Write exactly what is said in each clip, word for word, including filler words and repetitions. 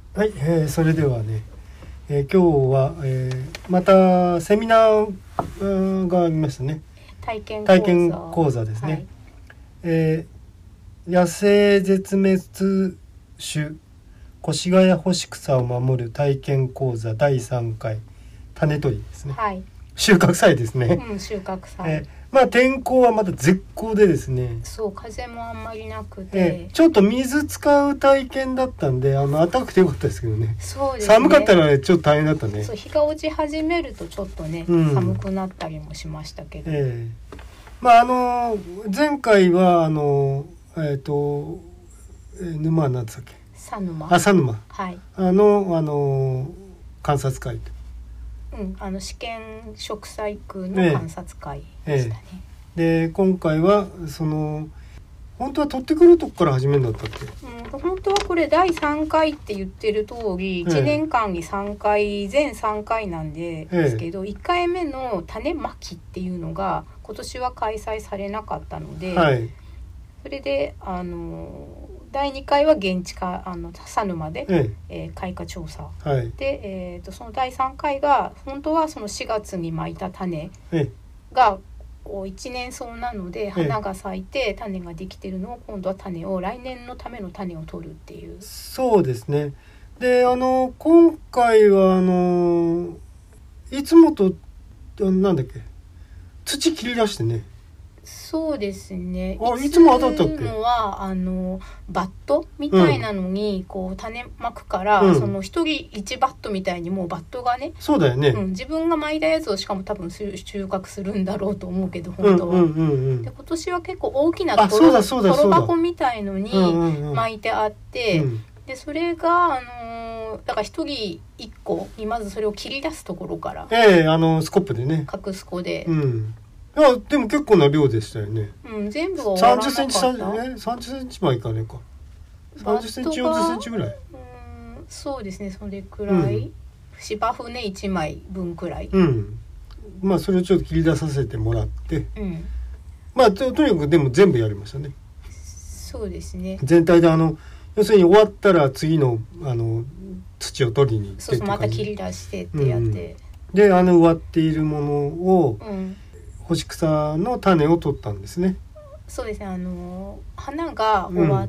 はい、えー、それではね、えー、今日は、えー、またセミナーがありましたね。 体験講座、 体験講座ですね、はい。えー、野生絶滅種越谷干し草を守る体験講座だいさんかい種取りですね、 はい、 収穫祭ですね、 うん、収穫祭、 えーまあ、天候はまた絶好でですね、 そう風もあんまりなくて、 えー、ちょっと水使う体験だったんで、あの暖かくてよかったですけどね。 そうですね、 寒かったら、ね、ちょっと大変だったね。 そう日が落ち始めるとちょっとね、うん、寒くなったりもしましたけど、 えー、まああの前回はあのえっ、ー、と、えー、沼は何つったっけ、 佐沼、 あ佐沼、 はい、 あのあの観察会と、 うん、あの試験植栽区の観察会でしたね、 えーえー、で今回はその本当は取ってくるとこから始めるんだったっけ、 うん、本当はこれだいさんかいって言ってる通り、えー、いちねんかんにさんかい全さんかいなんで、えー、ですけどいっかいめの種まきっていうのが今年は開催されなかったので、はい、それであのだいにかいは現地かあの佐沼で、えーえー、開花調査、はい、で、えー、とそのだいさんかいが本当はそのしがつにまいた種が一年草なので花が咲いて種ができてるのを今度は種を来年のための種を取るっていう。 そうですね。であの今回はあのいつもとなんだっけ土切り出してね。 そうですね。 あ、いつも当たったっけ？ いつもはあのバットみたいなのにこう種まくから、うん、その一人一バットみたいにもうバットがね、 そうだよね、 うん、自分が巻いたやつをしかも多分収穫するんだろうと思うけど本当は、うんうんうんうん、で今年は結構大きなトロ箱みたいのに巻いてあって、うんうんうん、でそれがあのだから一人一個にまずそれを切り出すところから、 ええー、あのスコップでね、 角スコで。 うん、いやでも結構な量でしたよね。 うん、全部は終わらなかった。 さんじゅっセンチ、ね、さんじゅっセンチはいかねえか。さんじゅっセンチ、よんじゅっセンチぐらい。 うん、そうですね、それくらい。うん、芝生いちまいぶんくらい。 うん。まあそれをちょっと切り出させてもらって、うん、まあ と, とにかくでも全部やりましたね。 そうですね。 全体であの要するに終わったら次のあの土を取りに行って、 そうそう、また切り出してってやって、 うん、であの植わっているものを、うん、干し草の種を取ったんですね。 そうですね、あの花が終わって、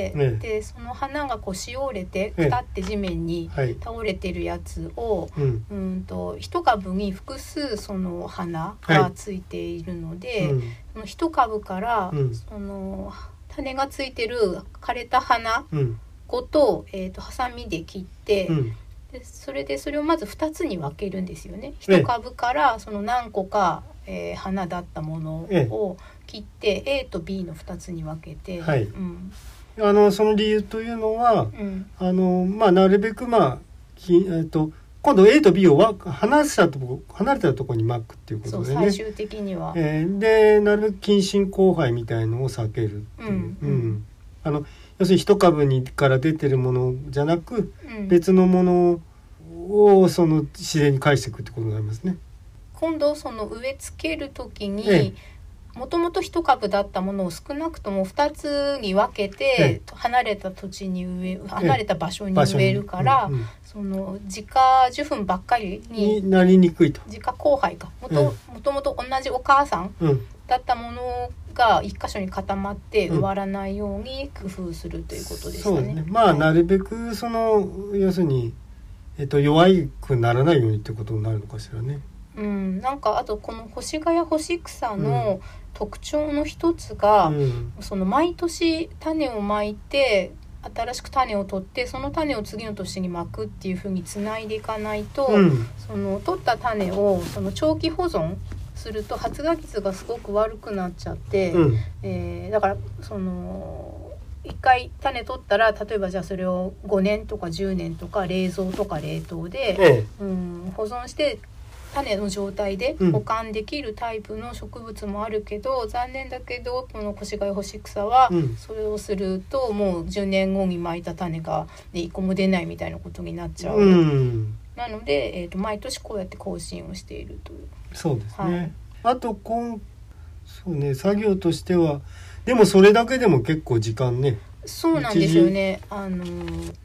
うんね、でその花がこうしおれてくたって地面に倒れてるやつを、はい、うんと一株に複数その花がついているので、はい、うん、その一株から、うん、その種がついてる枯れた花ごと、うん、えーと、ハサミで切って、うん、でそれでそれをまずふたつに分けるんですよね。一株からその何個か、えー、花だったものを切って A と B のふたつに分けて、はい、うん、 あのその理由というのは、うん、あのまあ、なるべく、まあきえー、と今度 A と B を離したとこ離れたところに巻くっていうことでね、 そう最終的には、 えー、でなるべく近親交配みたいのを避けるっていう、うんうん、あの要するに一株にから出てるものじゃなく、うん、別のものをその自然に返していくってことになりますね。 今度その植え付けるときに、ええ、もともと一株だったものを少なくともふたつに分けて、ええ、離れた土地に植え離れた場所に植えるから、ええ、うんうん、その自家受粉ばっかり に, になりにくいと。 自家交配かも と,、ええ、もともと同じお母さんだったものが一箇所に固まって植わらないように工夫するということですね。 そうですね。まあ、はい、なるべくその要するに、えっと、弱くならないようにってことになるのかしらね。 うん、なんかあとこの越谷干し草の特徴の一つが、うん、その毎年種をまいて新しく種を取ってその種を次の年にまくっていう風につないでいかないと、うん、その取った種をその長期保存すると発芽率がすごく悪くなっちゃって、うん、えー、だからその一回種取ったら例えばじゃあそれをごねんとかじゅうねんとか冷蔵とか冷凍で、ええ、うん、保存して種の状態で保管できるタイプの植物もあるけど、うん、残念だけどこの越谷干し草はそれをするともうじゅうねんごにまいた種がでいっこも出ないみたいなことになっちゃう、うん、なので、えーと、毎年こうやって更新をしているという。 そうですね、はい、あとこんそうね作業としてはでもそれだけでも結構時間ね。 そうなんですよね。あの何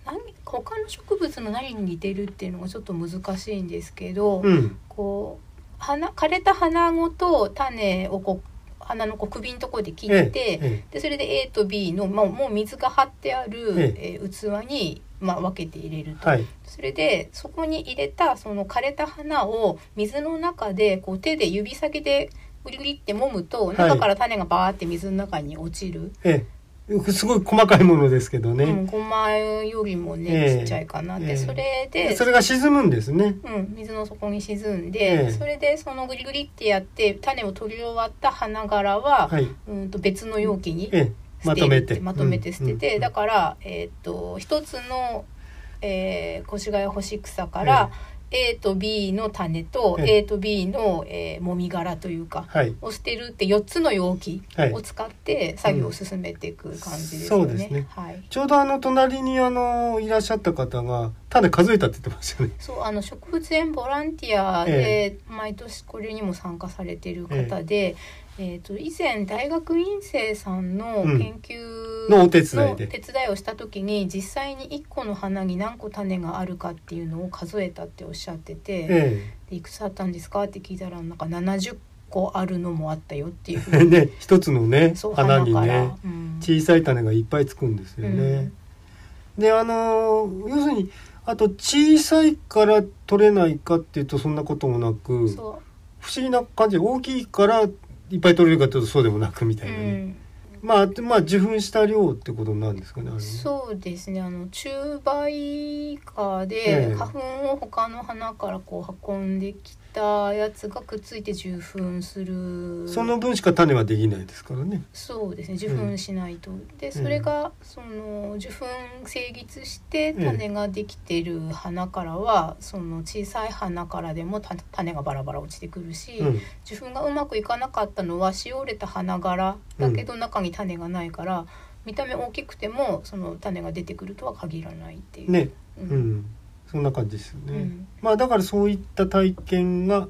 他の植物の何に似てるっていうのがちょっと難しいんですけど、 うん、 こう花枯れた花ごと種をこう花のこう首のところで切って、ええ、でそれで A と B の、まあ、もう水が張ってある、ええ、器に、まあ、分けて入れると、はい、それでそこに入れたその枯れた花を水の中でこう手で指先でグリグリって揉むと、はい、中から種がバーって水の中に落ちる、 ええ、すごい細かいものですけどね、うん、 ごまよりもね、ええ、ちっちゃいかなって、ええ、それでそれが沈むんですね、 うん、水の底に沈んで、ええ、それでそのグリグリってやって種を取り終わった花柄は、はい、うんと別の容器に捨てる、ええ、 まとめてまとめて捨てて、うん、だから、えー、と一つの、えー、越谷干し草から、ええ、A と B の種と、ええ、A と B の、えー、もみ殻というか、はい、を捨てるってよっつの容器を使って作業を進めていく感じですよね、うん、そうですね、はい、 ちょうどあの隣にあのいらっしゃった方が種数えたって言ってましたね。 そうあの植物園ボランティアで毎年これにも参加されている方で、えええー、と以前大学院生さんの研究のお手伝いで手伝いをした時に実際にいっこの花に何個種があるかっていうのを数えたっておっしゃってて、えー、でいくつあったんですかって聞いたらなんかななじゅっこあるのもあったよっていうふうにね、一つのね花にね、うん、小さい種がいっぱいつくんですよね、うん、であの要するにあと小さいから取れないかっていうとそんなこともなく不思議な感じで大きいからいっぱい取れるかというとそうでもなくみたいなね、うん、まあ、まあ受粉した量ってことなんですかね、あれね。 そうですね、あの中培花で花粉を他の花からこう運んできたやつがくっついて受粉する、 その分しか種はできないですからね。 そうですね、受粉しないと、うん、でそれがその受粉成立して種ができてる花からは、その小さい花からでも種がバラバラ落ちてくるし、うん、受粉がうまくいかなかったのはしおれた花柄だけど中に種がないから、うん、見た目大きくてもその種が出てくるとは限らないっていうね、うんうん、そんな感じですよね、うん、まあだからそういった体験が、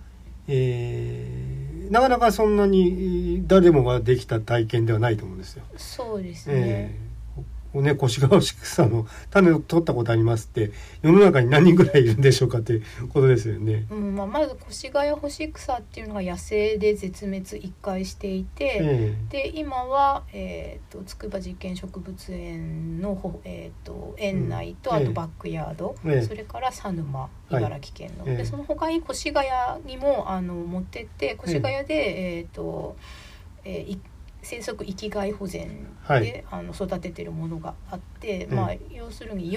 えー、なかなかそんなに誰もができた体験ではないと思うんですよ。 そうですね、 えーね、越谷干し草の種を取ったことありますって世の中に何人ぐらいいるんでしょうかっていうことですよね、 うんまあ、まず越谷干し草っていうのが野生で絶滅一回していて、えー、で今は、えー、と筑波実験植物園の、えー、と園内と、うん、あとバックヤード、えー、それから佐沼茨城県の、はい、でその他に越谷にもあの持ってって越谷で、えーとえー生息域外保全で、はい、あの育ててるものがあって、うんまあ、要するに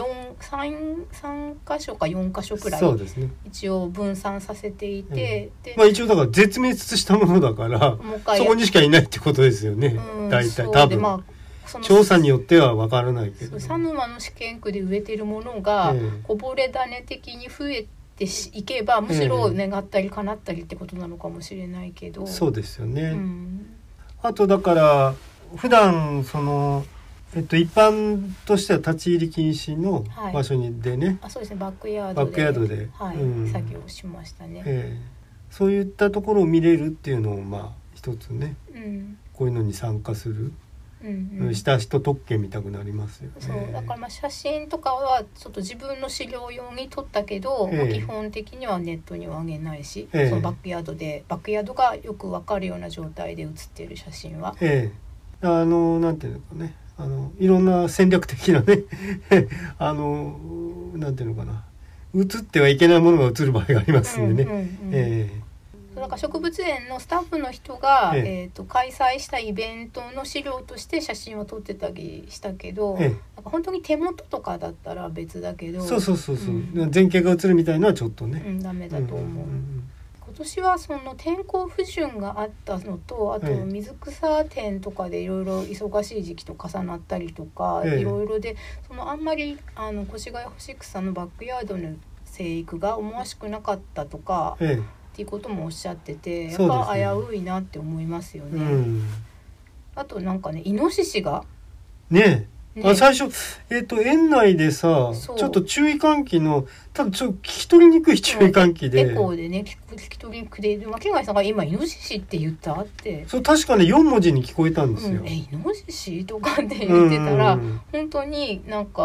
3, 3箇所かよん箇所くらい一応分散させていて、 うんでまあ、一応だから絶滅したものだからそこにしかいないってことですよね、うん、大体多分、まあ、その調査によっては分からないけど、 佐沼の試験区で植えてるものが、うん、こぼれ種的に増えていけばむしろ願ったり叶ったりってことなのかもしれないけど、 そうですよね、うんあとだから普段その、えっと、一般としては立ち入り禁止の場所にでね、はい、 あそうですねバックヤードで、 バックヤードで、 はいうん、作業しましたね、 えー、そういったところを見れるっていうのをまあ一つね、うん、こういうのに参加する、うんうん、した人特権見たくなりますよね。 そうだからまあ写真とかはちょっと自分の資料用に撮ったけど、えーまあ、基本的にはネットには上げないし、えー、そのバックヤードでバックヤードがよく分かるような状態で写っている写真は、 えー、あのなんていうのかねあのいろんな戦略的なねあのなんていうのかな写ってはいけないものが写る場合がありますんでね、うんうんうんえーなんか植物園のスタッフの人が、えええー、と開催したイベントの資料として写真を撮ってたりしたけど、ええ、なんか本当に手元とかだったら別だけどそうそうそうそう、うん、前景が映るみたいのはちょっとね、 うん、ダメだと思う、うんうんうん、今年はその天候不順があったのとあと水草展とかでいろいろ忙しい時期と重なったりとか、ええ、いろいろでそのあんまりあの越谷干し草のバックヤードの生育が思わしくなかったとか、ええっていうこともおっしゃっててやっぱ危ういなって思いますよね、うん、あとなんかねイノシシがねえ、ね、あ最初、えーと、園内でさちょっと注意喚起のただちょっと聞き取りにくい注意喚起で、 うん、エコーでね聞き取りにくくて巻貝さんが今イノシシって言ったってそう確かねよん文字に聞こえたんですよ、 うん、えイノシシとかって言ってたら、うん、本当になんか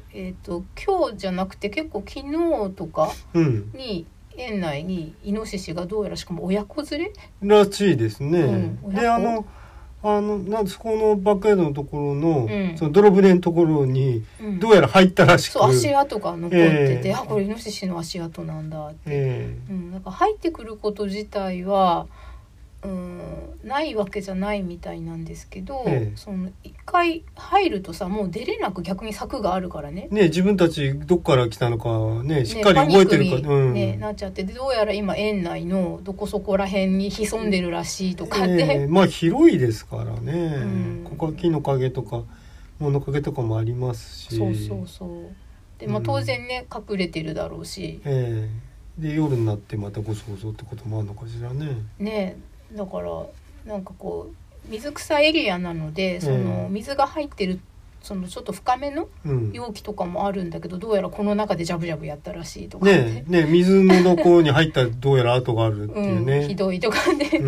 えーと、今日じゃなくて結構昨日とかに、うん、園内にイノシシがどうやらしかも親子連れらしいですね、うん、であのあのなんそこのバックヤードのところの、うん、その泥船のところにどうやら入ったらしく、 うん、そう足跡が残ってて、えー、あこれイノシシの足跡なんだって、えーうん、なんか入ってくること自体はうんないわけじゃないみたいなんですけど、ええ、その一回入るとさもう出れなく逆に柵があるからね。 ね自分たちどっから来たのかねしっかり覚えてるか、 ね、うん、ねなっちゃってでどうやら今園内のどこそこら辺に潜んでるらしいとかで、 えー、まあ広いですからね、うん、ここは木の陰とか物陰とかもありますしそうそうそうで、まあ、当然ね、うん、隠れてるだろうし、 えー、で夜になってまたご想像ってこともあるのかしらね。 ねだからなんかこう水草エリアなのでその水が入ってるそのちょっと深めの容器とかもあるんだけど、うん、どうやらこの中でジャブジャブやったらしいとかねね水のところに入ったらどうやら跡があるっていうね、 うん、ひどいとかね、うん、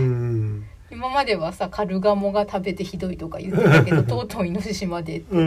今まではさカルガモが食べてひどいとか言ってたけどとうとうイノシシまでって、うん、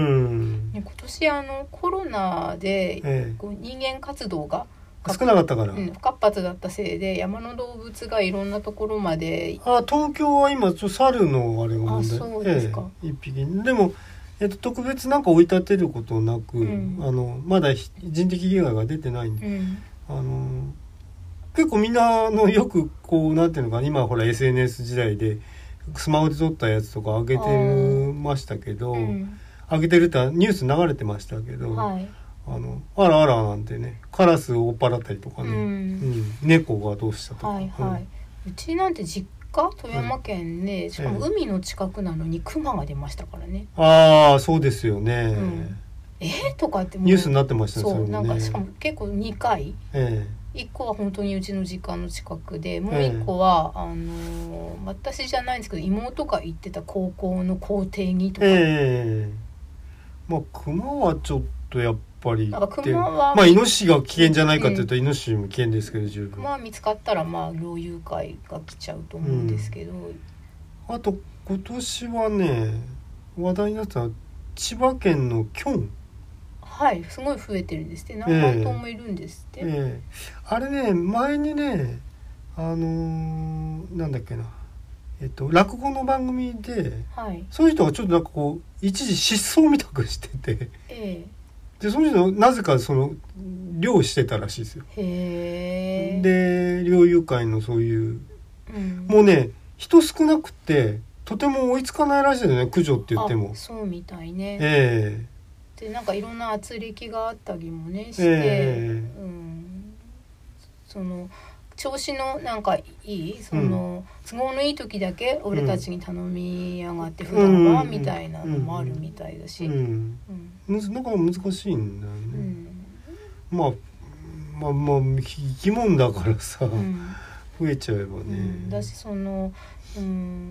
今年あのコロナでこう人間活動が少なかったから、 うん、不活発だったせいで山の動物がいろんなところまであ東京は今ちょ猿のあれが問題あそうですか、 ええ、一匹でも、えっと、特別なんか追い立てることなく、うん、あのまだ人的被害が出てないんで、うん、あの結構みんなのよくこうなんていうのかな今ほら エスエヌエス 時代でスマホで撮ったやつとか上げてましたけど、うん、上げてるってニュース流れてましたけど、はいあのあらあらなんてねカラスを追っ払ったりとかね、うんうん、猫がどうしたとか、 はいはいうん、うちなんて実家富山県で、ね、しかも海の近くなのにクマが出ましたからね、 ええ、ああそうですよね、うん、 えー、とかってニュースになってましたねそう、 それね、 なんかしかも結構にかい、ええ、いっこは本当にうちの実家の近くでもういっこは、ええ、あの私じゃないんですけど妹が行ってた高校の校庭にとか、 ええ、まあクマはちょっとやっぱなんかクマはまあイノシシが危険じゃないかというと、うん、イノシシも危険ですけど十分クマは見つかったらまあ猟友会が来ちゃうと思うんですけど、 うん、あと今年はね話題になったのは千葉県のキョンはいすごい増えてるんですって何万頭もいるんですって、えーえー、あれね前にねあのー、なんだっけなえっと落語の番組で、はい、そういう人がちょっとなんかこう一時失踪みたくしてて、えーでその人なぜかその漁してたらしいですよ。へで猟友会のそういう、うん、もうね人少なくてとても追いつかないらしいですよね駆除って言っても。 あそうみたいね。えー、でなんかいろんな圧力があったりもねして、えーうん、その調子のなんかいいその、うん、都合のいい時だけ俺たちに頼みやがって、うん、普段はみたいなのもあるみたいだし、うんうんうん、なんか難しいんだよね、うん、まあまあまあ生き物だからさ、うん、増えちゃえばね、うん、 だしその、うん、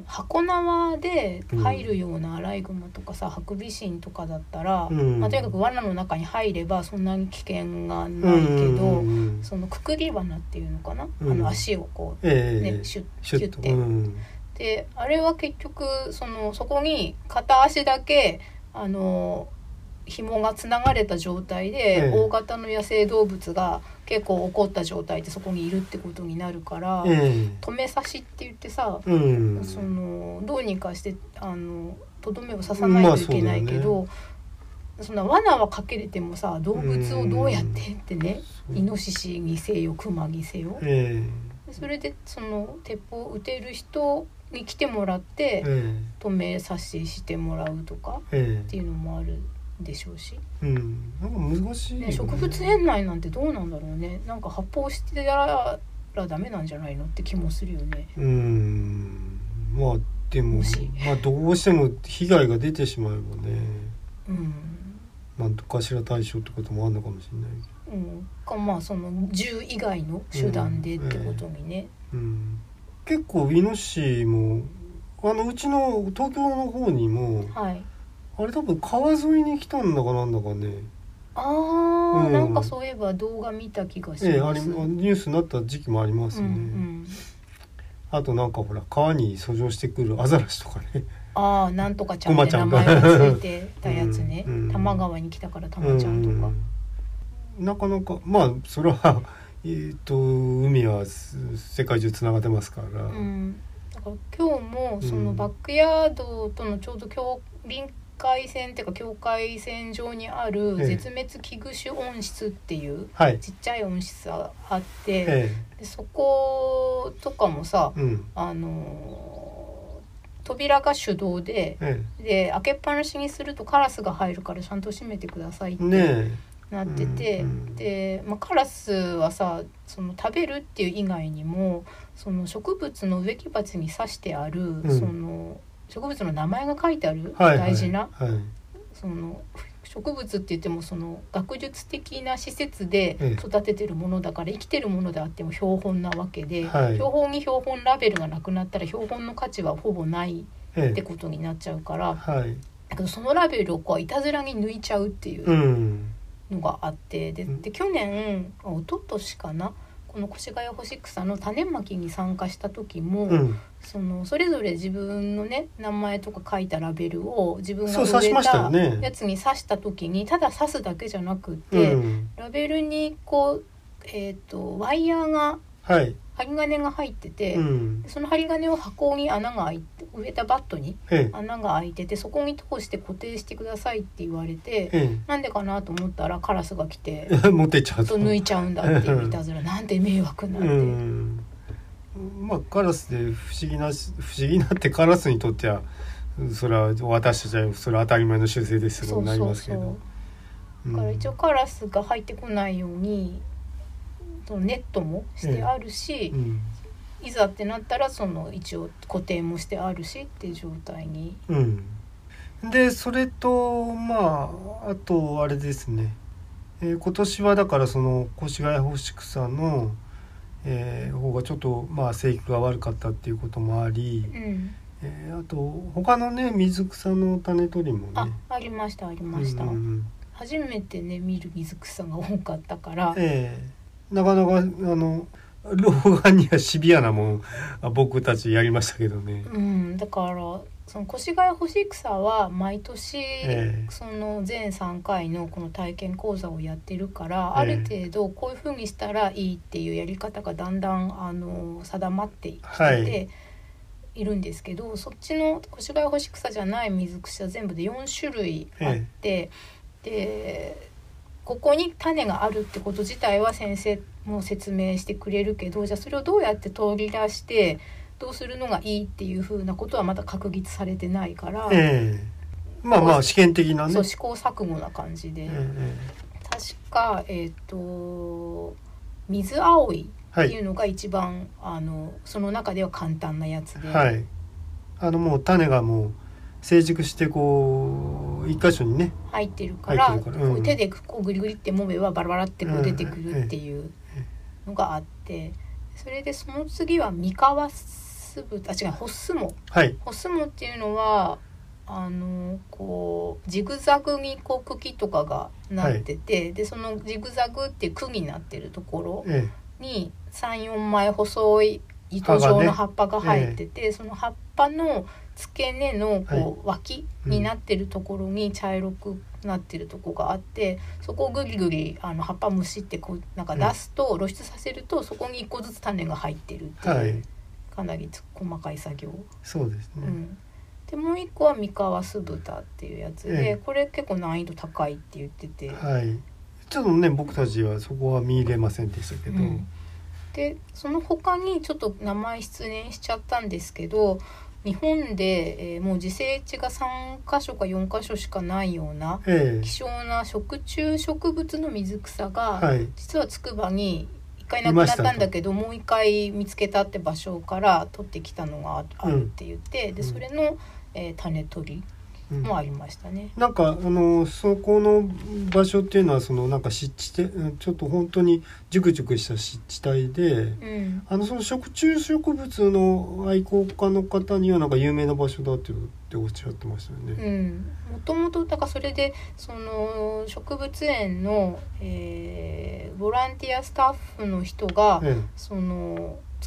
箱縄で入るようなアライグマとかさ、うん、ハクビシンとかだったら、うんまあ、とにかく罠の中に入ればそんなに危険がないけど、うん、そのくくり罠っていうのかな、うん、あの足をこう、ねえー、シュッシュッて、うん、であれは結局そのそこに片足だけあの紐がつながれた状態で、ええ、大型の野生動物が結構怒った状態でそこにいるってことになるから、ええ、止め刺しって言ってさ、うん、そのどうにかしてあのとどめを刺さないといけないけど、まあ そ, ね、そんな罠はかけれてもさ動物をどうやってってね、イノシシにせよクマにせよ、ええ、それでその鉄砲を撃てる人に来てもらって、ええ、止め刺ししてもらうとか、ええ、っていうのもあるでしょうし、 うん、なんか難しいよね、 ね植物園内なんてどうなんだろうね。なんか発砲してやららダメなんじゃないのって気もするよね。 うーんまあでもまあどうしても被害が出てしまえばね、うん、なんとかしら対処ってこともあるのかもしれないけど、うん、 かまあその銃以外の手段でってことにね、 うんえーうん、結構イノシシもあのうちの東京の方にも、はいあれ多分川沿いに来たんだかなんだかねあー、うん、なんかそういえば動画見た気がします、ええ、ありニュースになった時期もありますね、うんうん、あとなんかほら川に遡上してくるアザラシとかねああなんとかちゃんって名前がついてたやつね、うん、多摩川に来たからたまちゃんとか、 うん、なかなかまあそれはえーと海は世界中つながってますから、うん、 だから今日もそのバックヤードとのちょうど境臨界線っていうか境界線上にある絶滅危惧種温室っていうちっちゃい温室があって、ええ、でそことかもさ、うん、あの扉が手動で、ええ、で開けっぱなしにするとカラスが入るからちゃんと閉めてくださいってなってて、ねうんうん、で、まあ、カラスはさその食べるっていう以外にもその植物の植木鉢に刺してある、うん、その植物の名前が書いてある大事な、はいはいはい、その植物って言ってもその学術的な施設で育ててるものだから生きてるものであっても標本なわけで、はい、標本に標本ラベルがなくなったら標本の価値はほぼないってことになっちゃうから、はい、だけどそのラベルをこういたずらに抜いちゃうっていうのがあって、で、で去年一昨年かなこの越谷干し草の種まきに参加した時も、うん、そのそれぞれ自分のね名前とか書いたラベルを自分が植えたやつに刺した時にただ刺すだけじゃなくて、うん、ラベルにこう、えーと、ワイヤーが、はい、針金が入ってて、うん、その針金を箱に穴が開いて植えたバットに穴が開いててそこに通して固定してくださいって言われて、ええ、なんでかなと思ったらカラスが来て持ってっちゃうと抜いちゃうんだっていういたずらなんて迷惑なんて、うん、 まあカラスで不思議な不思議なってカラスにとってはそれは私たちはそれは当たり前の習性ですとなりますけど、そうそうそう、 だから一応カラスが入ってこないようにそのネットもしてあるし、ええうん、いざってなったらその一応固定もしてあるしっていう状態に、 うん、でそれとまああとあれですね、えー、今年はだからその越谷干し草の、えー、方がちょっとまあ生育が悪かったっていうこともあり、うんえー、あと他のね水草の種取りもねあ, ありましたありました、うんうん、初めてね見る水草が多かったから、 えー、なかなかあの老眼にはシビアなもん僕たちやりましたけどね、 うん、だからその越谷干し草は毎年、えー、その全さんかいのこの体験講座をやってるから、えー、ある程度こういう風にしたらいいっていうやり方がだんだんあの定まってきてて、はいいるんですけど、そっちの越谷干し草じゃない水草全部でよんしゅるいあって、ええ、でここに種があるってこと自体は先生も説明してくれるけど、じゃあそれをどうやって取り出してどうするのがいいっていうふうなことはまだ確立されてないから、ええ、まあまあ試験的なね、 そう試行錯誤な感じで、え確かえっ、ー、と水葵っていうのが一番、はい、あのその中では簡単なやつで、 はい、あのもう種がもう成熟してこう一箇所にね入ってるから、から、うん、こう手でこうグリグリって揉めばバラバラってこう出てくるっていうのがあって、それでその次は三河酢豚、あ違うホッスモ、はい、ホッスモっていうのはあのこうジグザグにこう茎とかがなってて、はい、でそのジグザグっていう茎になってるところにさんよんまい細い糸状の葉っぱが入ってて、ねえー、その葉っぱの付け根のこう脇になってるところに茶色くなってるとこがあって、そこをグリグリあの葉っぱむしってこうなんか出すと、露出させるとそこにいっこずつ種が入ってるっていう、はい、かなり細かい作業。 そうですね、うん、 でもう一個は三河酢豚っていうやつで、ええ、これ結構難易度高いって言ってて、 はい、ちょっとね僕たちはそこは見入れませんでしたけど、うん、 でその他にちょっと名前失念しちゃったんですけど、日本で、えー、もう自生地がさんかしょかよんかしょしかないような、えー、希少な食虫植物の水草が、はい、実はつくばに一回なくなったんだけどもう一回見つけたって場所から取ってきたのがあるって言って、うん、でそれの、えー、種取りもありましたね、 うん、なんかあのそこの場所っていうのはそのなんか湿地でちょっと本当にジュクジュクした湿地帯で、うん、あのその食虫植物の愛好家の方にはなんか有名な場所だってっておっしゃってましたよね。 うん、もともとだからそれでその植物園の、えー、ボランティアスタッフの人が、ええ、そのつ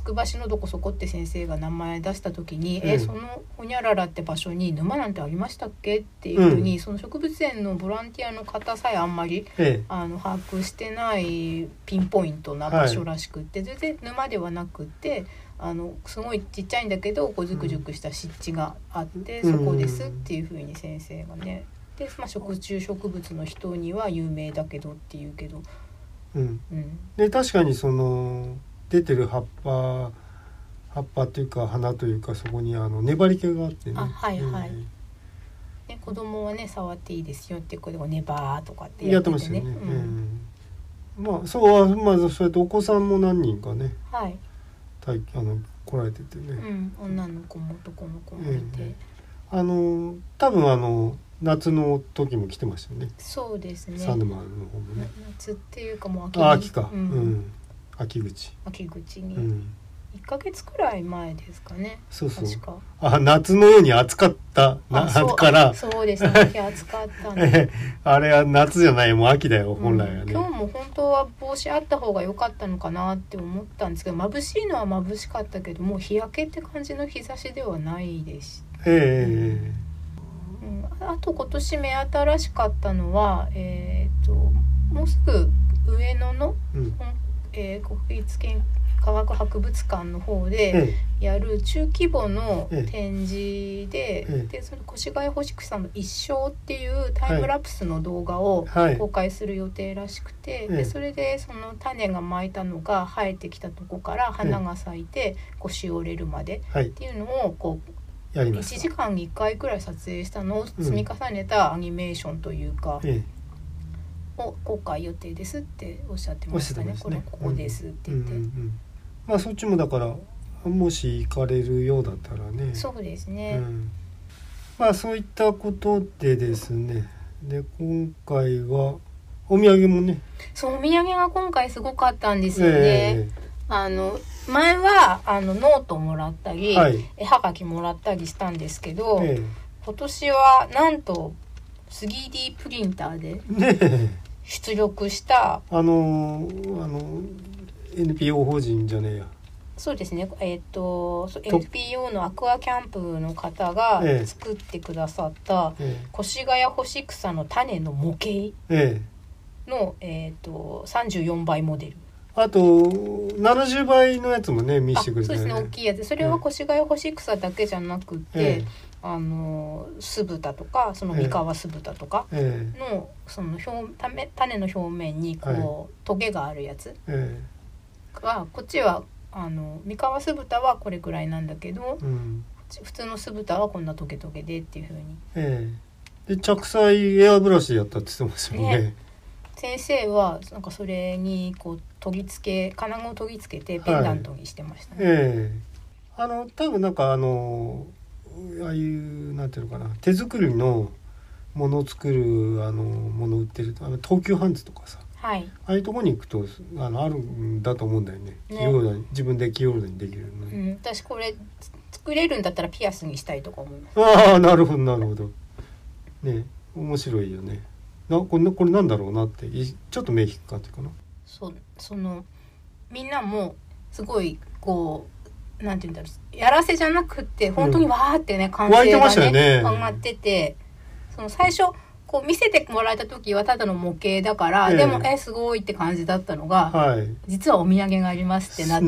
くばしのどこそこって先生が名前出した時に、 うん、 えそのほにゃららって場所に沼なんてありましたっけっていうふうに、うん、その植物園のボランティアの方さえあんまり、ええ、あの把握してないピンポイントな場所らしくって、はい、全然沼ではなくってあのすごいちっちゃいんだけどこうジュクジュクした湿地があって、うん、そこですっていうふうに先生がねで、まあ、食虫植物の人には有名だけどっていうけど、 うんうん、で確かにその出てる葉っぱ葉っぱというか花というかそこにあの粘り気があってねあはいはい、うんね、子供はね触っていいですよっていうことでネバーとかってやっててね、やってましたよね、うんうん、まあそうはまずそうやってお子さんも何人かね、 はい、 あの来られててね、 うん、女の子も男の子もいて、えー、あの多分あの夏の時も来てましたよね。 そうですね。 サンドマンの方もね。 夏っていうかもう秋あ秋か、 うんうん、秋口。 秋口に、 うん、 いっかげつくらい前ですかね。 そうそう。 確かあ夏のように暑かったなそうからそうですね。暑かったね。 あれは夏じゃないもう秋だよ本来はね、 うん、今日も本当は帽子あった方が良かったのかなって思ったんですけど、眩しいのは眩しかったけどもう日焼けって感じの日差しではないです。 ええーうん、あと今年目新しかったのは、えー、ともうすぐ上野の、うんえー、国立研科学博物館の方でやる中規模の展示で、ええ、でその越谷干し草の一生っていうタイムラプスの動画を公開する予定らしくて、はい、でそれでその種がまいたのが生えてきたとこから花が咲いてこうしおれるまでっていうのをこういちじかんにいっかいくらい撮影したのを積み重ねたアニメーションというか、うん、を公開予定ですっておっしゃってましたね。これここですって言って、うんうんうん、 まあそっちもだからもし行かれるようだったらね。 そうですね、うん、 まあそういったことでですねで今回はお土産もねそうお土産が今回すごかったんですよね、えーあの前はあのノートもらったり、はい、絵はがきもらったりしたんですけど、ええ、今年はなんと スリーディー プリンターで出力した、 ね、あのあの エヌピーオー 法人じゃねえやそうですね、えー、と エヌピーオー のアクアキャンプの方が作ってくださった、ええ、越谷干し草の種の模型の、ええー、とさんじゅうよんばいモデルあとななじゅうばいのやつもね見せてくれて、 ね、そうですね大きいやつそれは越谷干し草だけじゃなくて、ええ、あの酢豚とかその三河酢豚とかの、ええ、その表種の表面にこう、はい、トゲがあるやつが、こっちはあの三河酢豚はこれくらいなんだけど、うん、普通の酢豚はこんなトゲトゲでっていう風に、 ええ、で着彩エアブラシでやったって言ってますよね。ね先生はなんかそれにこう研ぎ付け金具を研ぎ付けてペンダントにしてましたね、はいえー、あの多分なんかあのああいうなんていうのかな手作りのものを作るあのものを売ってるあの東急ハンズとかさ、 はい、 ああいうところに行くとあのあるんだと思うんだよね。キーホルダーに自分でキーホルダーにできるのに、 うん、私これ作れるんだったらピアスにしたいとか思います。 ああなるほどなるほどね面白いよね。なこれこれなんだろうなってちょっと目引く感じかな。 そうそのみんなもすごいこうなんていうんだろうやらせじゃなくって本当にわーってね、うん、感性がね、ね上がっててその最初こう見せてもらえた時はただの模型だから、えー、でもえすごいって感じだったのが、はい、実はお土産がありますってなって、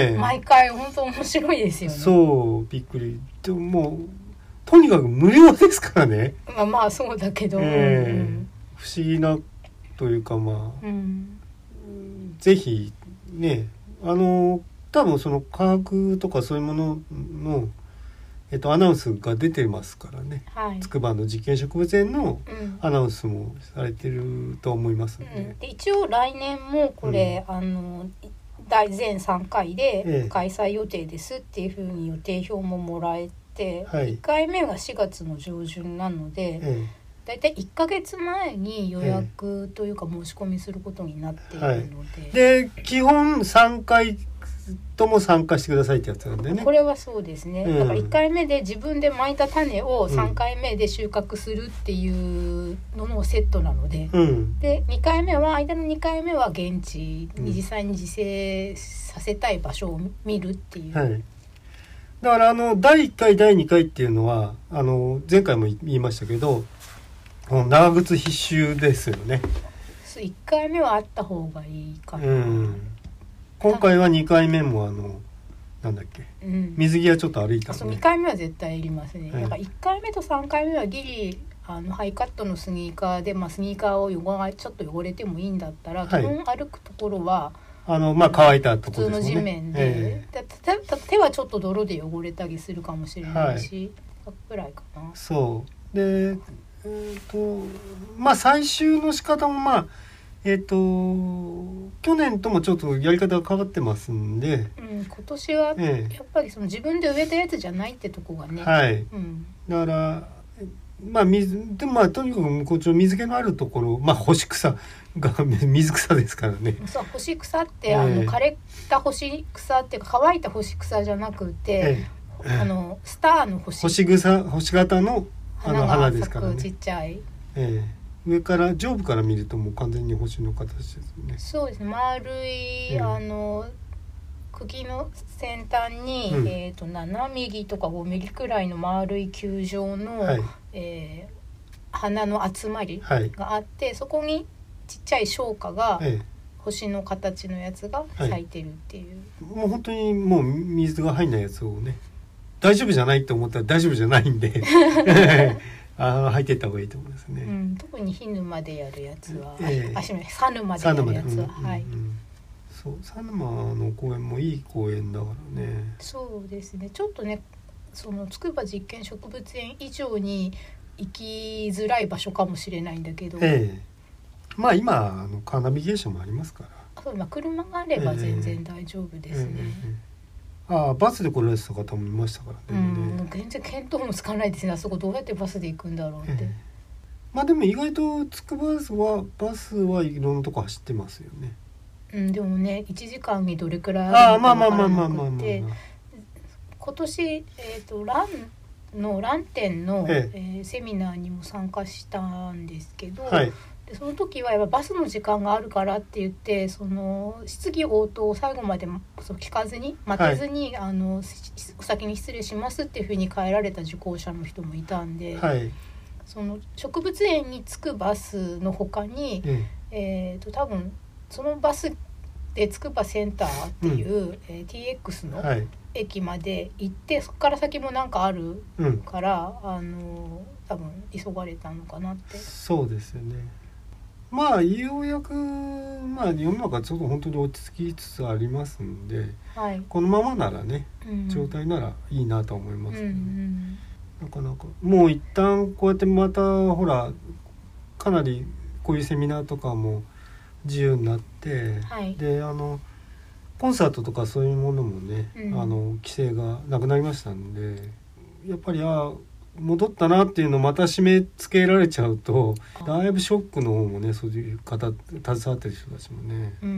ね、毎回本当面白いですよね。 そうびっくりでももうとにかく無料ですからね。 まあまあそうだけど、 えーうん不思議なというかまあ、うん、ぜひねあの多分その科学とかそういうものの、えっと、アナウンスが出てますからね、はい、筑波の実験植物園のアナウンスもされてると思いますので、うん、 で一応来年もこれ、うん、あの第全さんかいで開催予定ですっていうふうに予定表ももらえて、はい、いっかいめがしがつの上旬なので、ええだいたいいっかげつまえに予約というか申し込みすることになっているので、はい、 で基本さんかいとも参加してくださいってやつなんだよね。 これはそうですね、うん、だからいっかいめで自分でまいた種をさんかいめで収穫するっていうののセットなので、うん、でにかいめは間のにかいめは現地に実際に自生させたい場所を見るっていう、はい、 だからあのだいいっかいだいにかいっていうのはあの前回も言いましたけど長靴必修ですよね。 いっかいめはあった方がいいかな、うん、 今回はにかいめもあのなんだっけ、うん、水着はちょっと歩いたんで、 そうにかいめは絶対いりますね、はい、だからいっかいめとさんかいめはギリあのハイカットのスニーカーで、まあ、スニーカーを汚がちょっと汚れてもいいんだったら、基本歩くところはあの、まあ、乾いたところですもんね。普通の地面で、えー、だ手はちょっと泥で汚れたりするかもしれないし、はい、ぐらいかな。 そうで、えーとまあ、採集の仕方もまあえー、と去年ともちょっとやり方が変わってますんで、 うん、今年はやっぱりその自分で植えたやつじゃないってとこがね、 はい、うん、だからまあ水でもまあとにかくこっちの水気のあるところ、まあ干し草が水草ですからね。 そう干し草って、えー、あの枯れた干し草っていうか乾いた干し草じゃなくて、えー、あのスターの干し干し草干し型のあの花ですからね。 ちっちゃい。 えー上から上部から見るともう完全に星の形ですね。 そうですね。丸い、うん、あの茎の先端に、うん、えーとななミリとかごミリくらいの丸い球状の、はい、えー、花の集まりがあって、はい、そこにちっちゃい小花が、はい、星の形のやつが咲いてるっていう、 はい、もう本当にもう水が入んないやつをね、大丈夫じゃないって思ったら大丈夫じゃないんであ入っていった方がいいと思いますね、 うん、特に火沼でやるやつは、えー、あしめ佐沼でやるやつは、はい、うんうん、 そう佐沼の公園もいい公園だからね。 そうですね、ちょっとねその筑波実験植物園以上に行きづらい場所かもしれないんだけど、 えー、まあ今あのカーナビゲーションもありますから、 あそう、まあ、車があれば全然大丈夫ですね、えーえーえーああバスで来られてた方もいましたからね、うん、 全然見当もつかないですね。あそこどうやってバスで行くんだろうって、ええ、 まあでも意外とつくばはバスはいろんなとこ走ってますよね、 うん、でもねいちじかんにどれくらいあるのか分からなくて、今年、えーと、ランのラン展の、えええー、セミナーにも参加したんですけど、はい、でその時はやっぱバスの時間があるからって言ってその質疑応答を最後までそう聞かずに待てずに、はい、あのお先に失礼しますっていうふうに帰られた受講者の人もいたんで、はい、その植物園に着くバスの他に、うん、えー、と多分そのバスで筑波センターっていう、うんえー、ティーエックス の駅まで行って、はい、そこから先もなんかあるから、うん、あの多分急がれたのかなって。 そうですよね。まあようやく、まあ、世の中ちょっと本当に落ち着きつつありますんで、はい、このままならね、うん、状態ならいいなと思います、ねうんうん、なかなかもう一旦こうやってまたほらかなりこういうセミナーとかも自由になって、はい、であのコンサートとかそういうものもね、うん、あの規制がなくなりましたんでやっぱりあ戻ったなっていうのをまた締め付けられちゃうとだいぶショックの方もねそういう方携わってる人たちもね、 うん、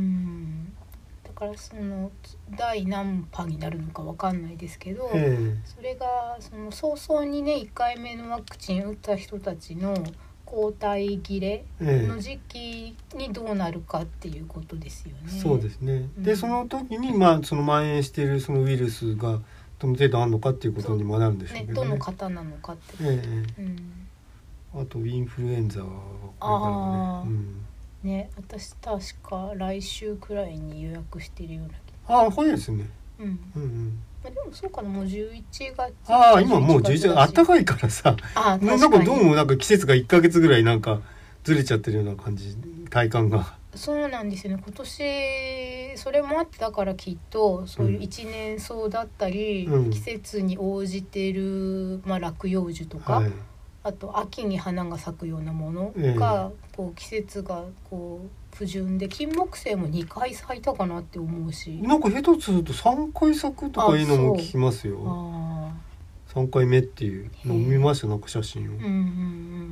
だからその第何波になるのか分かんないですけど、えー、それがその早々にねいっかいめのワクチン打った人たちの抗体切れの時期にどうなるかっていうことですよね、 えー、そうですね、うん、でその時にまあその蔓延しているそのウイルスがどの程度あるのかっていうことにもなるんでしょうけどね。 どの方なのかって、 ええうん、あとインフルエンザこれからね、うん、 ね私確か来週くらいに予約しているような気が。ああ早いですね、 うんうんうんまあ、でもそうかなもうじゅういちがつああ今もうじゅういちがつあったかいからさあなんかどうもなんか季節がいっかげつぐらいなんかずれちゃってるような感じ体感が。 そうなんですよね。今年それもあってだからきっとそういう一年草だったり、うん、季節に応じてる、まあ、落葉樹とか、はい、あと秋に花が咲くようなものが、えー、こう季節がこう不順で金木犀もにかい咲いたかなって思うしなんか下手するとさんかい咲くとかいうのも聞きますよ。あさんかいめっていうのを見ました、なんか写真を、 うんうんうん、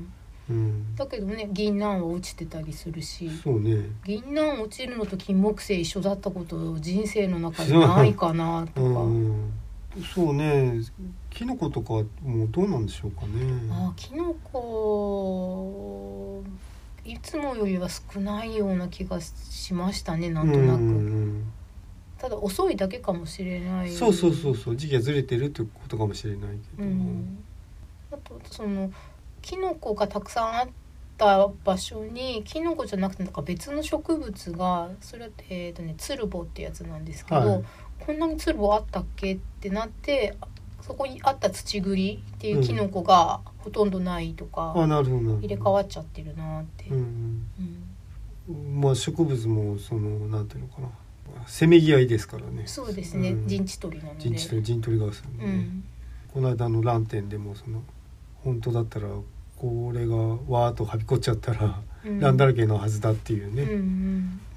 うん、 だけどね銀杏は落ちてたりするし、 そうね、 銀杏落ちるのと金木犀一緒だったこと人生の中でないかなとか、うん、 そうね、キノコとかもうどうなんでしょうかね。 あ、キノコいつもよりは少ないような気がしましたね、なんとなく、うん、ただ遅いだけかもしれない。 そうそうそうそう、時期がずれてるってことかもしれないけど、うん、 あとそのキノコがたくさんあった場所にキノコじゃなくてなんか別の植物が、それはえーとねツルボってやつなんですけど、はい、こんなにツルボあったっけってなって、そこにあった土栗っていうキノコがほとんどないとか、うん、あ、なるほど、入れ替わっちゃってるなって、うんうん、まあ植物もそのなんていうのかな、せめぎ合いですからね。 そうですね、うん、陣地取りなので陣地取り陣取りがするね、うん、この間のランテンでもその本当だったらこれがわーっとはびこっちゃったら、うん、ランだらけのはずだっていうね、うんうんうん、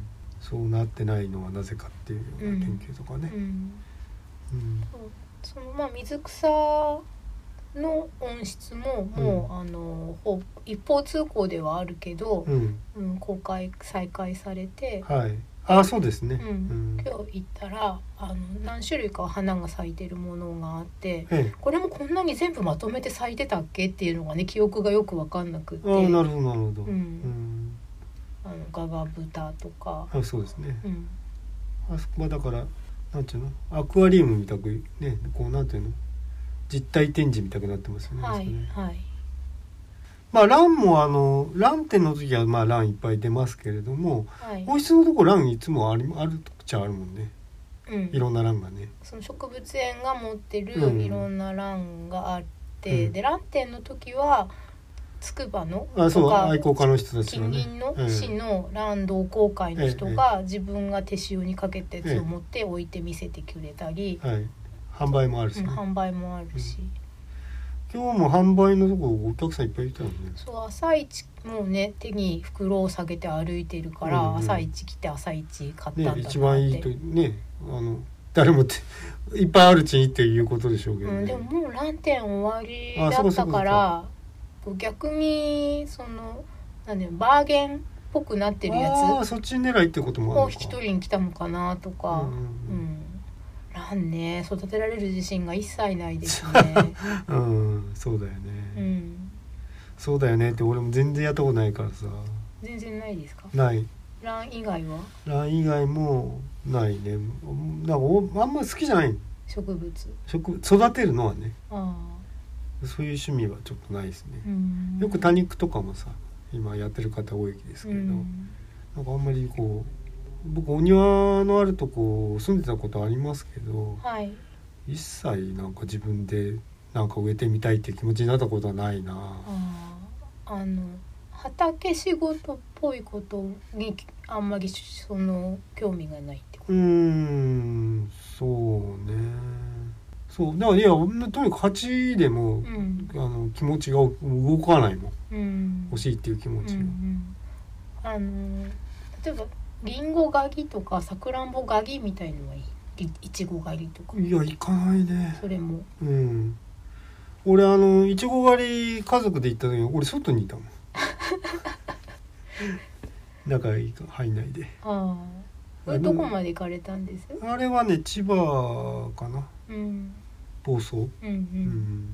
そうなってないのはなぜかっていうような研究とかね、うんうんうん、そのまあ水草の温室ももう、うん、あの一方通行ではあるけど、うんうん、公開再開されて、 はい、あ、そうですね、うんうん、 今日行ったらあの何種類か花が咲いてるものがあって、ええ、これもこんなに全部まとめて咲いてたっけっていうのがね、記憶がよく分かんなくって、 あ、なるほどなるほど、うんうん、 あのガガブタとか、 あ、そうですね、うん、あそこはだからなんていうの、アクアリウムみたくね、こうなんていうの、実体展示みたくなってますよね。 はいね、 はい。 まあランもあのラン展の時はまあランいっぱい出ますけれども、はい、温室のとこランいつもありあるっちゃあるもんね。うん、いろんなランがね。 その植物園が持ってるいろんなランがあって、うん、でラン展の時はつくばのあ、そう、愛好家の人たちがね、 近隣の市のラン同好会の人が自分が手塩にかけたやつを持って置いて見せてくれたり、 はい、販売もあるし、ね、 うん、販売もあるし、 うん、今日も販売のとこお客さんいっぱいいたよね。 そう、朝一もうね手に袋を下げて歩いてるから、うんうん、朝一来て朝一買ったんだなって、ね、 一番いいとね、あの誰もっていっぱいあるうちにっていうことでしょうけどね、 うん、でももうラン展終わりだったから逆にそのなんでバーゲンっぽくなってるやつ、 あ、そっち狙いってこともあるのか、 もう一人に来たのかなとか、うんうんうん、ランね、育てられる自信が一切ないですねうん、そうだよね、うん、そうだよねって俺も全然やったことないからさ。 全然ないですか？ ない。 ラン以外は？ ラン以外もないね。なんかあんまり好きじゃない。 植物植育てるのはね、あ、そういう趣味はちょっとないですね。よく多肉とかもさ今やってる方多いですけれど、なんかあんまりこう僕お庭のあるとこ住んでたことありますけど、はい、一切なんか自分でなんか植えてみたいっていう気持ちになったことはないな。 ああの畑仕事っぽいことにあんまりその興味がないってこと？うーん、そうね。そうだからいやとにかく鉢でも、うん、あの気持ちが動かないもん、うん、欲しいっていう気持ちが、うんうん、 あの例えばリンゴ狩りとかさくらんぼ狩りみたいのはいい？いちご狩りとか。 いや行かないね。 それも、 うん、俺あのいちご狩り家族で行った時に俺外にいたもん中入んないで。ああ、どこまで行かれたんです？ あれはね千葉かな、うん、房総、うんうんうん、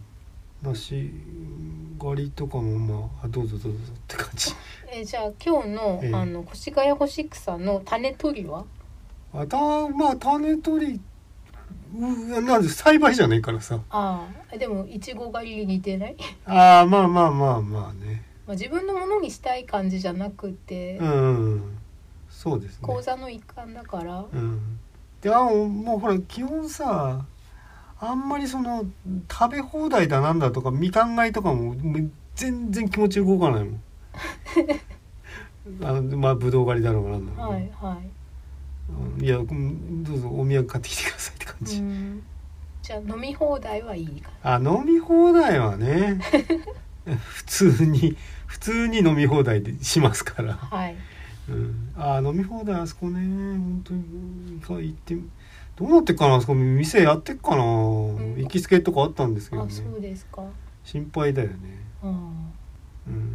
梨狩りとかもまあどうぞどうぞって感じ。 えじゃあ今日の、えー、あの越谷干し草の種取りは？ あたまあ種取りうなんで栽培じゃないからさ。 ああ、でもいちご狩りに似てない？ ああ、まあまあまあまあね。 まあ、自分のものにしたい感じじゃなくて、 うん、そうですね。 講座の一環だから。 うん。で、あもうほら基本さ、あんまりその食べ放題だなんだとかみかん買いとかも全然気持ち動かないもん。あのまあぶどう狩りだろうがなんだろう、ね。はいはい。いやどうぞお土産買ってきてくださいって感じ。うん、 じゃあ飲み放題はいいかな。あ、飲み放題はね普通に普通に飲み放題でしますから。はい。うん、あ飲み放題あそこね本当に行ってどうなってっかなあそこ店やってっかな、うん、行きつけとかあったんですけどね。 あそうですか。 心配だよね。うん、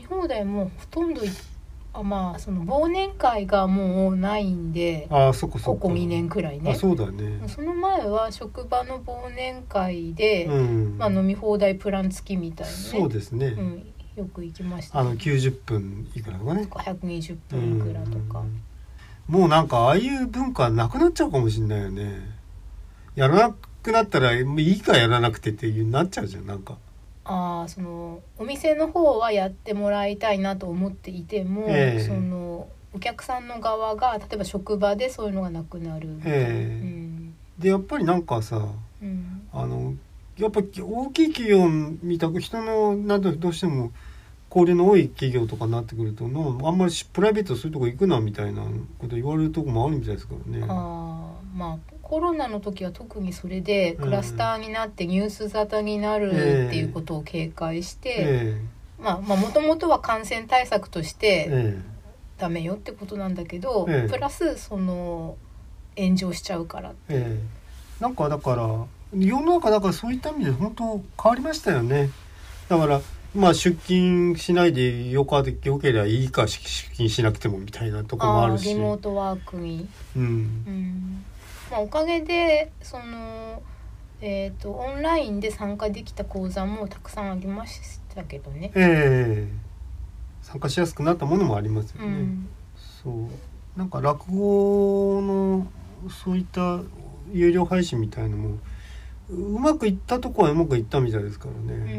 み放題もほとんどあまあその忘年会がもうないんで、 あそこそこここにねんくらいね。 あそうだね。 その前は職場の忘年会で、うん、まあ、飲み放題プラン付きみたいなね。 そうですね、 うん、よく行きました、 ね、あのきゅうじゅっぷんいくらとかね、 ひゃくにじゅっぷんいくらとか、 うん、もうなんかああいう文化なくなっちゃうかもしれないよね。やらなくなったらいいかやらなくてっていうなっちゃうじゃん。なんかあそのお店の方はやってもらいたいなと思っていても、えー、そのお客さんの側が例えば職場でそういうのがなくなるみたいな、 えーうん、でやっぱりなんかさ、うん、あのやっぱ大きい企業みたく人のなんとどうしても交流の多い企業とかになってくるとのあんまりプライベートそういうとこ行くなみたいなこと言われるとこもあるみたいですからね。 あまあコロナの時は特にそれでクラスターになってニュース沙汰になるっていうことを警戒して、えー、まあまあもともとは感染対策としてダメよってことなんだけど、えー、プラスその炎上しちゃうから、 えー、なんかだから世の中だからそういった意味で本当変わりましたよね。だからまあ出勤しないでよかよければいいか出勤しなくてもみたいなところもあるし、 リモートワークに、うんうんまあ、おかげでその、えーと、オンラインで参加できた講座もたくさんありましたけどね、 えー、参加しやすくなったものもありますよね、うん、そうなんか落語のそういった有料配信みたいなのもうまくいったとこはうまくいったみたいですからね、うん、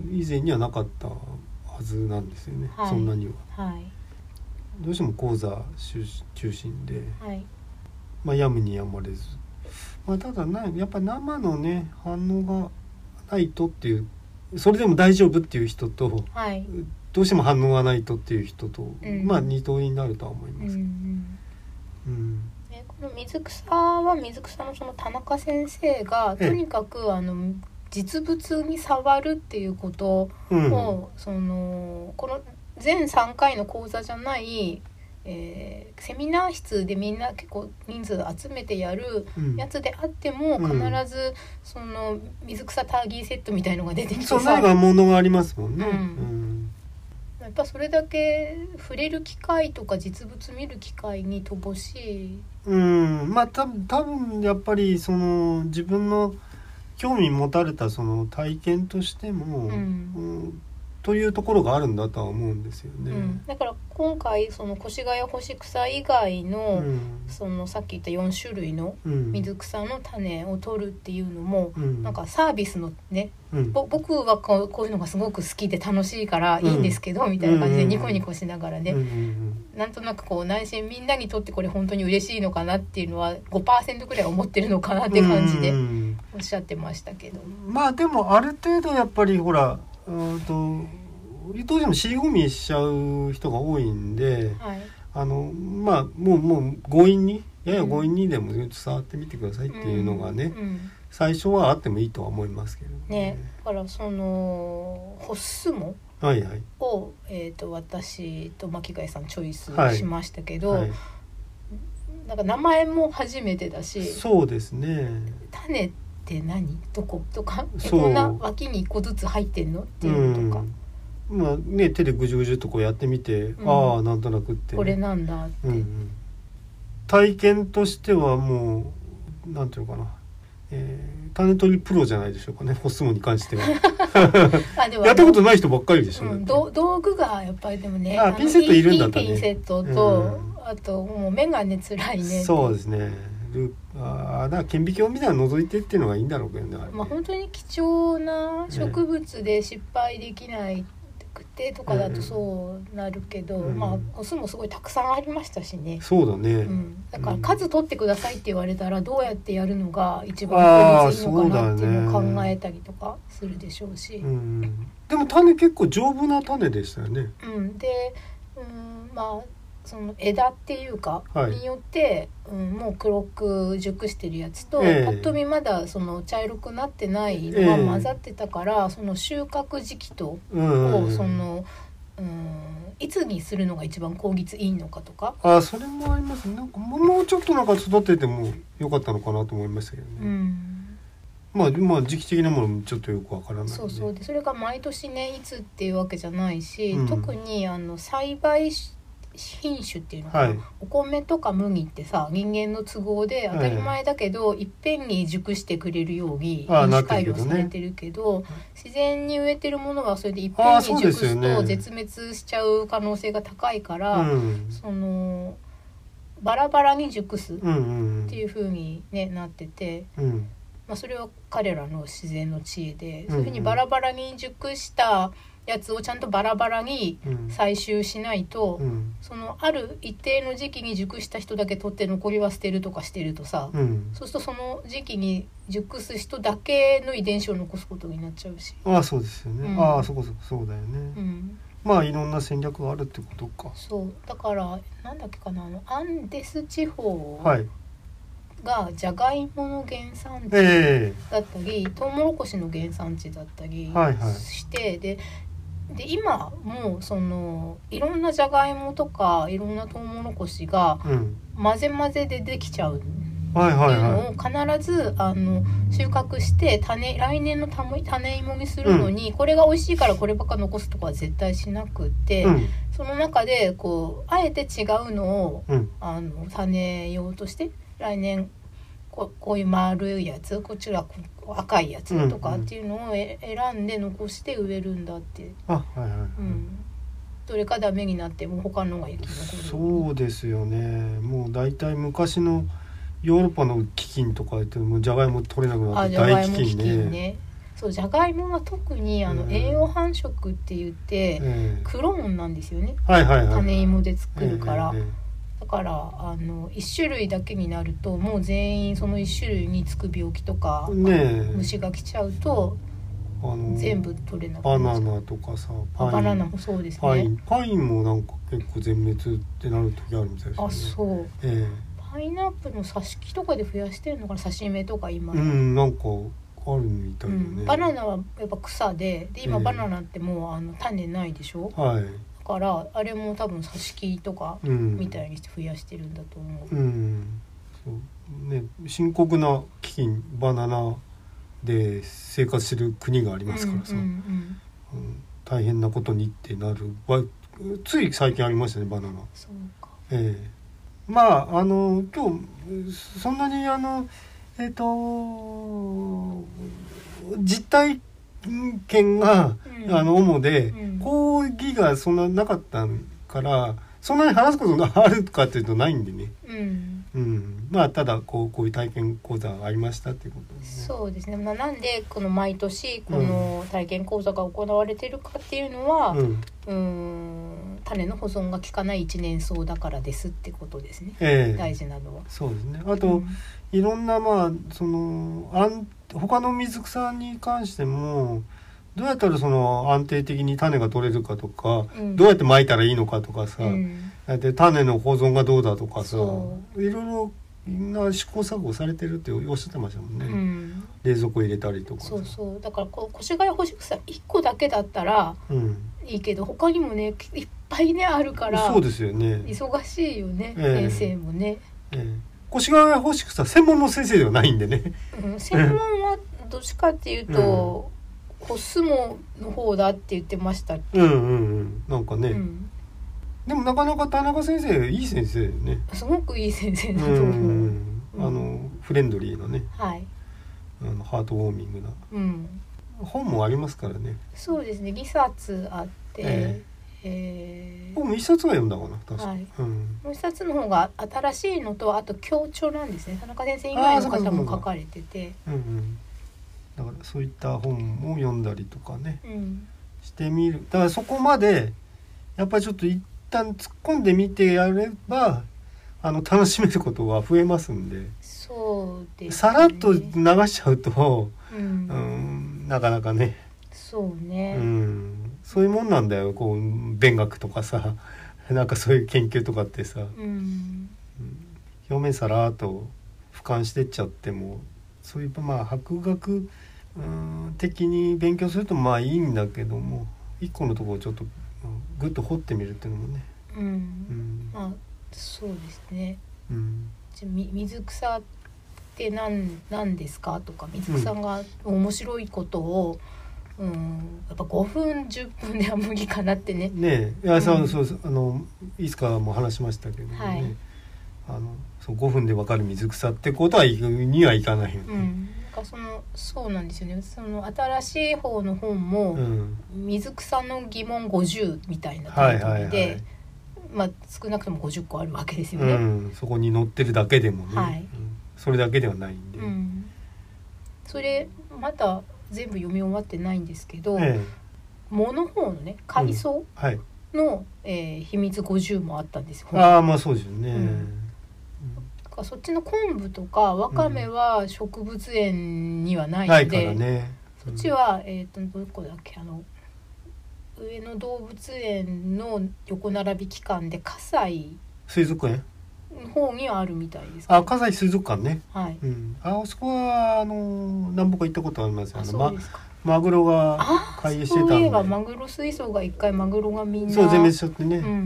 以前にはなかったはずなんですよね、はい、そんなには、はい、どうしても講座中心で、はいまあ、やむにやまれず、まあ、ただなやっぱ生のね反応がないとっていうそれでも大丈夫っていう人と、はい、どうしても反応がないとっていう人と、うん、まあ二通りになるとは思いますけど、うんうんこの水草は水草のその田中先生がとにかくあの実物に触るっていうことを、うん、そのこの全さんかいの講座じゃない、えー、セミナー室でみんな結構人数集めてやるやつであっても、うん、必ずその水草ターギーセットみたいのが出てきてさ、 そんなものがありますもんね、うんうんやっぱそれだけ触れる機会とか実物見る機会に乏しい。 うんまあ多分多分やっぱりその自分の興味持たれたその体験としても、うんうん、というところがあるんだとは思うんですよね、うん、 だから今回その越谷干し草以外の、うん、そのさっき言ったよんしゅるいの水草の種を取るっていうのも、うん、なんかサービスのね、うん、ぼ僕はこう、こういうのがすごく好きで楽しいからいいんですけど、うん、みたいな感じでニコニコしながらね、うんうんうん、なんとなくこう内心みんなにとってこれ本当に嬉しいのかなっていうのは ごパーセント くらい思ってるのかなって感じでおっしゃってましたけど、 うんうん、まあでもある程度やっぱりほらうんとどうしても尻込みしちゃう人が多いんで、はい、あのまあもうもう強引にやや強引にでも触ってみてくださいっていうのがね、うんうん、最初はあってもいいとは思いますけど ね, ねだからそのホッスモを、はいはいえー、と私と巻貝さんチョイスしましたけど、はいはい、なんか名前も初めてだし、 そうですね、 種って何どことかこんな脇にいっこずつ入ってんのっていうのとか、 うんまあね、手でぐじゅぐじゅっとこうやってみて、うん、ああなんとなくって、ね、 これなんだって、うんうん、 体験としてはもうなんていうのかな、えー、種取りプロじゃないでしょうかね、ホッスモに関してはあでもやったことない人ばっかりでしょ、うん、 道具がやっぱりでもね、 あピンセットいるんだったね、 ピンセットと、うん、あともう目がね辛いね、 そうですね、あだから顕微鏡みたいなの覗いてっていうのがいいんだろうけどね、 まあ、本当に貴重な植物で失敗できないくてとかだとそうなるけど、うん、まあオスもすごいたくさんありましたしね、 そうだね、うん、 だから数取ってくださいって言われたらどうやってやるのが一番効率いいのかなっていうのを考えたりとかするでしょうし、 うん、でも種結構丈夫な種でしたよね、 うん、で、うん、まあその枝っていうか、はい、によって、うん、もう黒く熟してるやつと、えー、パッと見まだその茶色くなってないのが混ざってたから、えー、その収穫時期と、うん、その、うん、いつにするのが一番効率いいのかとか、 あそれもありますね。なんかもうちょっとなんか育ててもよかったのかなと思いましたけどね、うん、 まあ、まあ時期的なものもちょっとよくわからない、ね、 そうそうでそれが毎年ねいつっていうわけじゃないし、うん、特にあの栽培品種っていうのかな、はい、お米とか麦ってさ人間の都合で当たり前だけど、はい、いっぺんに熟してくれるように品種改良されてるけど、ね、自然に植えてるものはそれでいっぺんに熟すと絶滅しちゃう可能性が高いから、うん、そのバラバラに熟すっていう風に、ね、なってて、うんまあ、それは彼らの自然の知恵で、そういう風にバラバラに熟したやつをちゃんとバラバラに採集しないと、うん、そのある一定の時期に熟した人だけ取って残りは捨てるとかしてるとさ、うん、そうするとその時期に熟す人だけの遺伝子を残すことになっちゃうし。 ああそうですよね、うん、ああそこそこそうだよね、うん、まあいろんな戦略があるってことか。 そうだからなんだっけかなあのアンデス地方、はいがじゃがいもの原産地だったり、えー、トウモロコシの原産地だったりして、はいはい、で, で今もうそのいろんなじゃがいもとかいろんなトウモロコシが混ぜ混ぜでできちゃうっていうのを必ずあの収穫して種来年の種芋にするのに、うん、これが美味しいからこればっか残すとかは絶対しなくって、うん、その中でこうあえて違うのを、うん、あの種用として来年 こ, こういう丸いやつこっちは赤いやつとかっていうのを選んで残して植えるんだって、あ、はいはいはい、うん、どれかダメになっても他のが生き残る。 そうですよね。もうだいたい昔のヨーロッパの飢饉とかってもうジャガイモ取れなくなって大飢饉 ね, ねそうジャガイモは特にあの栄養繁殖って言って、えー、クローンなんですよね、はいはいはい、種芋で作るから、えーえーだからあのいち種類だけになるともう全員そのいち種類につく病気とか、ね、虫が来ちゃうとあの全部取れなくなっちゃう。 バナナとかさパインバナナもそうですね。 パイン、パインもなんか結構全滅ってなる時あるみたいですね。 あそう、えー、パイナップルの挿し木とかで増やしてるのかな、刺し芽とか今うんなんかあるみたいよね、うん、 バナナはやっぱ草で、で今バナナってもうあの種ないでしょ、はい、だからあれも多分挿し木とかみたいにして増やしてるんだと思う、うんうん、 そうね、深刻な飢饉バナナで生活してる国がありますからさ、うんうんうんうん、大変なことにってなるつい最近ありましたねバナナ。そうか、えー、まああの今日そんなにあのえっ、ー、と実体験が、うん、あの主で、うん、講義がそんななかったからそんなに話すことがあるかっていうとないんでね、うんうん、まあただこう、こういう体験講座がありましたっていうことですね。 そうですね、まあ、なんでこの毎年この体験講座が行われているかっていうのは、うん、うーん種の保存が効かない一年草だからですってことですね、えー、大事なのは。 そうですね。あと、うん、いろんなまあそのあん他の水草に関してもどうやったらその安定的に種が取れるかとか、うん、どうやって撒いたらいいのかとかさ、うん、で種の保存がどうだとかさ、いろいろみんな試行錯誤されてるっておっしゃってましたもんね、うん、冷蔵庫入れたりとかさ。 そうそうだからこう越谷干し草いっこだけだったらいいけど、他にもねいっぱいねあるからそうですよね、 忙しいよね、えー、先生もね、 えー、越谷干し草専門の先生ではないんでね、 うん、専門はどっちかっていうと、うん、コスモの方だって言ってましたっけ。 うんうんうんなんかね、うん、でもなかなか田中先生いい先生だよね。 すごくいい先生だと思う、うん、 あのフレンドリーなね、はい、あのハートウォーミングな、うん、本もありますからね。 そうですねにさつあって、えーえー、僕もいっさつは読んだかな確か、はいうん、 もういっさつの方が新しいのとあと強調なんですね。田中先生以外の方も書かれてて、うんうん、 だからそういった本を読んだりとかね、うん、してみる。だからそこまでやっぱりちょっと一旦突っ込んでみてやればあの楽しめることが増えますんで。 そうですね、 さらっと流しちゃうと、うんうん、なかなかねそうね、 うん、そういうもんなんだよこう勉学とかさなんかそういう研究とかってさ、うん、表面さらっと俯瞰してっちゃってもそういうまあ博学うん的に勉強するとまあいいんだけども一個のところをちょっとグッと掘ってみるっていうのもね、うんうん、 まあそうですね、うん、じゃ水草って何何ですかとか水木さんが面白いことを、うん、やっぱごふんじゅっぷんでは無理かなってね。 ねえ、いや、そうそうそう、あのいつかも話しましたけどね、はい、あのそうごふんでわかる水草ってことはにはいかないよね。うん、 なんかそのそうなんですよね。その新しい方の本も、うん、水草の疑問ごじゅうみたいなタイトルで、はいはいはい、まあ、少なくともごじゅっこあるわけですよね、うん、 そこに載ってるだけでもね、はい、うん、それだけではないんで、うん、 それまだ全部読み終わってないんですけど、ええ、藻の方のね海藻の、うん、はい、えー、秘密ごじゅうもあったんですよ。 ああ、まあそうですよね、うん、 だからそっちの昆布とかわかめは植物園にはないので、ないからね、うん、そっちは、えーと、どこだっけ、あの上野動物園の横並び機関で葛西水族園の方にはあるみたいです。 あ、葛西水族館ね、はい、うん、あそこはあの何本か行ったことありますよ。あの、そうですか、ま、マグロが回遊してたんで。 そういえばマグロ水槽が一回マグロがみんなそう全滅しちゃってね、うんうんうん、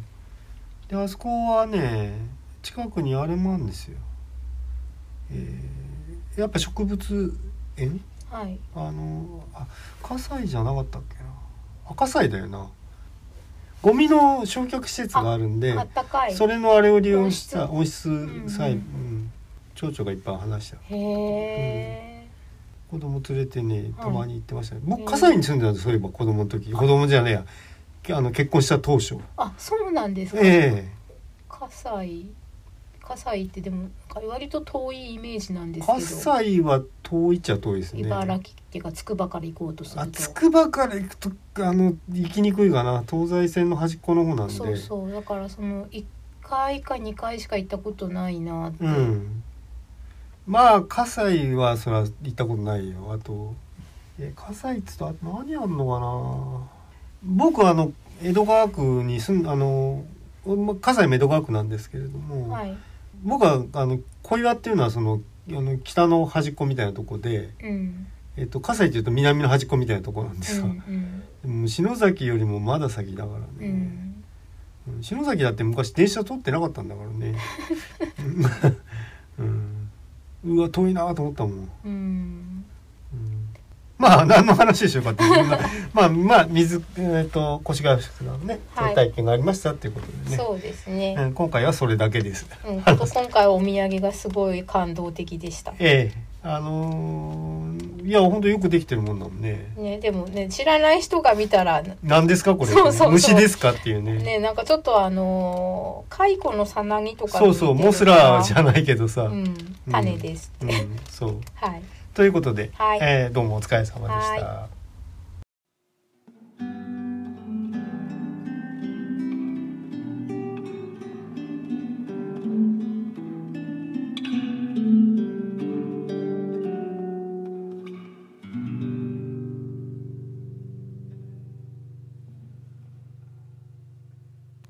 であそこはね近くにあれもあるんですよ、えー、やっぱ植物園、はい、あのあ葛西じゃなかったっけな、赤西だよな。ゴミの焼却施設があるんで、あったかい、それのあれを利用した温室細部、うんうん、蝶々がいっぱい話した。へえ、うん、子供連れてねたまに行ってましたね、はい、僕葛西に住んでたんです。そういえば子供の時、子供じゃねえや、あの結婚した当初。 あ、そうなんですか。ええ、葛西葛西ってでも割と遠いイメージなんですけど。 葛西は遠いっちゃ遠いですね。 茨城っていうか筑波から行こうとすると。 あ、筑波から行くとあの行きにくいかな。東西線の端っこの方なんで。 そうそう、だからそのいっかいかにかいしか行ったことないなって、うん、 まあ葛西はそれは行ったことないよ。あとえ葛西っつうと何あんのかな。僕はあの江戸川区に住んあの葛西江戸川区なんですけれども、はい、僕はあの小岩っていうのはそのあの北の端っこみたいなとこで、うん、えっと、葛西っていうと南の端っこみたいなとこなんですが、うんうん、でも篠崎よりもまだ先だからね、うん、篠崎だって昔電車通ってなかったんだからね、うん、うわ遠いなと思ったもん、うんうん、まあ何の話でしょうかってまあまあ水、えー、と越谷さんのね、はい、体験がありましたっていうことでね。 そうですね、 うん、今回はそれだけです、 うん、今回はお土産がすごい感動的でした。 ええ、あのー、いや本当よくできてるもんだもんね。 ね、でもね知らない人が見たら何ですかこれ、そうそうそう、虫ですかっていうね。 ね、なんかちょっとあのー、蚕のさなぎとかそうそう、モスラーじゃないけどさ、うん、 種ですって、 うんうん、そう、 はい、 ということで、はい、えー、どうもお疲れ様でした。